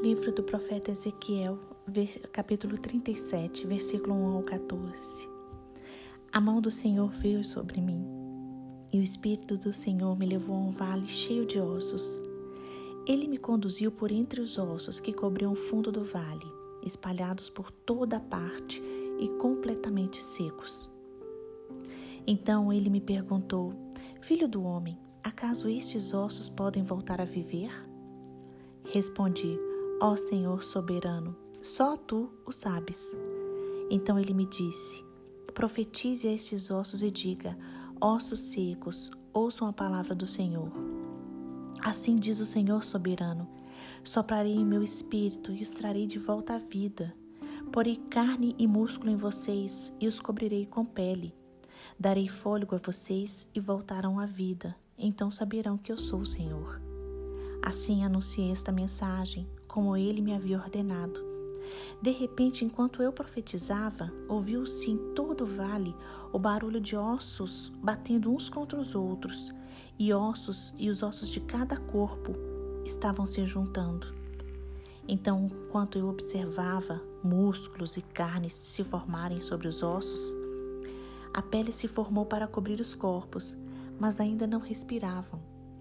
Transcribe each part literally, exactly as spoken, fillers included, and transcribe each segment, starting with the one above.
Livro do profeta Ezequiel, capítulo trinta e sete, versículo um ao quatorze. A mão do Senhor veio sobre mim, e o Espírito do Senhor me levou a um vale cheio de ossos. Ele me conduziu por entre os ossos que cobriam o fundo do vale, espalhados por toda a parte e completamente secos. Então ele me perguntou: Filho do homem, acaso estes ossos podem voltar a viver? Respondi: Ó Senhor soberano, só tu o sabes. Então ele me disse: Profetize a estes ossos e diga: Ossos secos, ouçam a palavra do Senhor. Assim diz o Senhor soberano: Soprarei em meu espírito e os trarei de volta à vida. Porei carne e músculo em vocês e os cobrirei com pele. Darei fôlego a vocês e voltarão à vida. Então saberão que eu sou o Senhor. Assim anunciei esta mensagem, como ele me havia ordenado. De repente, enquanto eu profetizava, ouviu-se em todo o vale o barulho de ossos batendo uns contra os outros, e ossos e os ossos de cada corpo estavam se juntando. Então, enquanto eu observava músculos e carnes se formarem sobre os ossos, a pele se formou para cobrir os corpos, mas ainda não respiravam.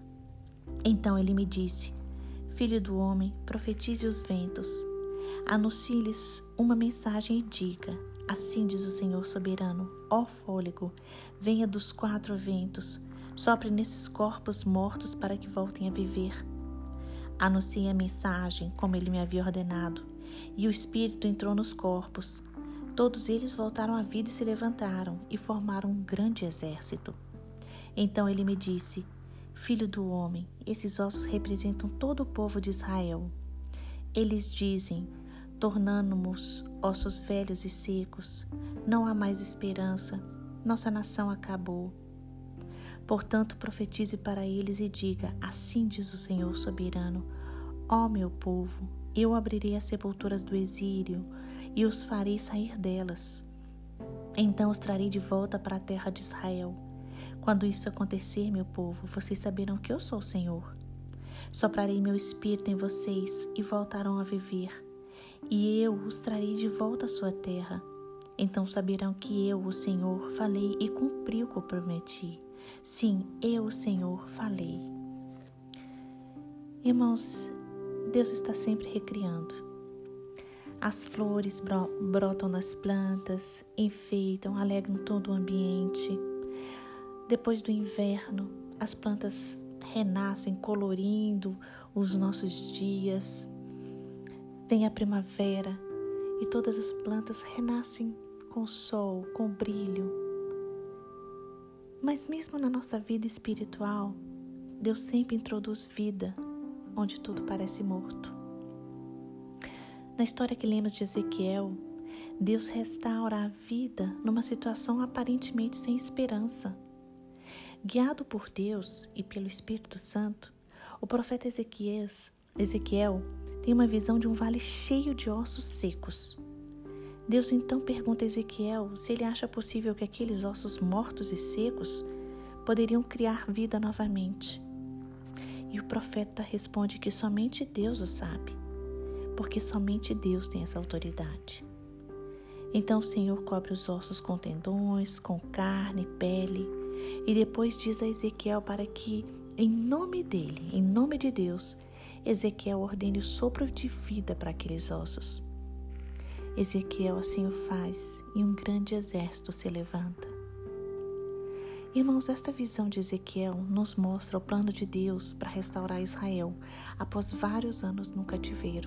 Então ele me disse: Filho do homem, profetize os ventos. Anuncie-lhes uma mensagem e diga: Assim diz o Senhor soberano: Ó fôlego, venha dos quatro ventos, sopre nesses corpos mortos para que voltem a viver. Anunciei a mensagem como ele me havia ordenado, e o Espírito entrou nos corpos. Todos eles voltaram à vida e se levantaram e formaram um grande exército. Então ele me disse: Filho do homem, esses ossos representam todo o povo de Israel. Eles dizem: Tornamo-nos ossos velhos e secos, não há mais esperança, nossa nação acabou. Portanto, profetize para eles e diga: Assim diz o Senhor soberano: Ó meu povo, eu abrirei as sepulturas do exílio e os farei sair delas. Então os trarei de volta para a terra de Israel. Quando isso acontecer, meu povo, vocês saberão que eu sou o Senhor. Soprarei meu espírito em vocês e voltarão a viver, e eu os trarei de volta à sua terra. Então saberão que eu, o Senhor, falei e cumpri o que eu prometi. Sim, eu, o Senhor, falei. Irmãos, Deus está sempre recriando. As flores brotam nas plantas, enfeitam, alegram todo o ambiente. Depois do inverno, as plantas renascem colorindo os nossos dias. Vem a primavera e todas as plantas renascem com sol, com brilho. Mas mesmo na nossa vida espiritual, Deus sempre introduz vida onde tudo parece morto. Na história que lemos de Ezequiel, Deus restaura a vida numa situação aparentemente sem esperança. Guiado por Deus e pelo Espírito Santo, o profeta Ezequias, Ezequiel tem uma visão de um vale cheio de ossos secos. Deus então pergunta a Ezequiel se ele acha possível que aqueles ossos mortos e secos poderiam criar vida novamente. E o profeta responde que somente Deus o sabe, porque somente Deus tem essa autoridade. Então o Senhor cobre os ossos com tendões, com carne, pele, e depois diz a Ezequiel para que, em nome dele, em nome de Deus, Ezequiel ordene o sopro de vida para aqueles ossos. Ezequiel assim o faz e um grande exército se levanta. Irmãos, esta visão de Ezequiel nos mostra o plano de Deus para restaurar Israel após vários anos no cativeiro.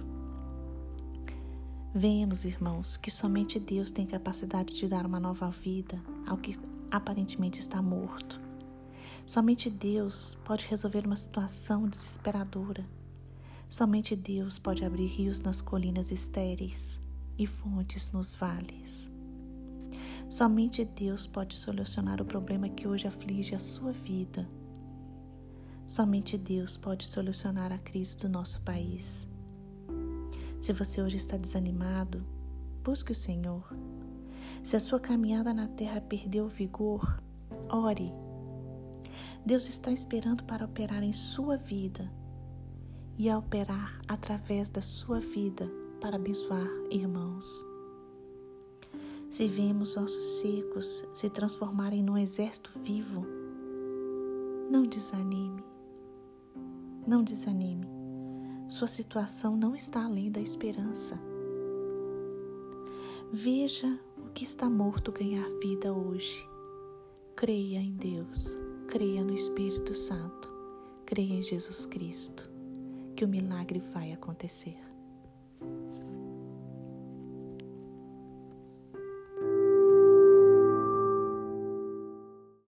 Vemos, irmãos, que somente Deus tem capacidade de dar uma nova vida ao que aparentemente está morto. Somente Deus pode resolver uma situação desesperadora. Somente Deus pode abrir rios nas colinas estéreis e fontes nos vales. Somente Deus pode solucionar o problema que hoje aflige a sua vida. Somente Deus pode solucionar a crise do nosso país. Se você hoje está desanimado, busque o Senhor. Se a sua caminhada na terra perdeu o vigor, ore. Deus está esperando para operar em sua vida. e a operar através da sua vida para abençoar irmãos. Se vemos ossos secos se transformarem num exército vivo, não desanime, não desanime. Sua situação não está além da esperança. Veja o que está morto ganhar vida hoje. Creia em Deus, creia no Espírito Santo, creia em Jesus Cristo, que o milagre vai acontecer.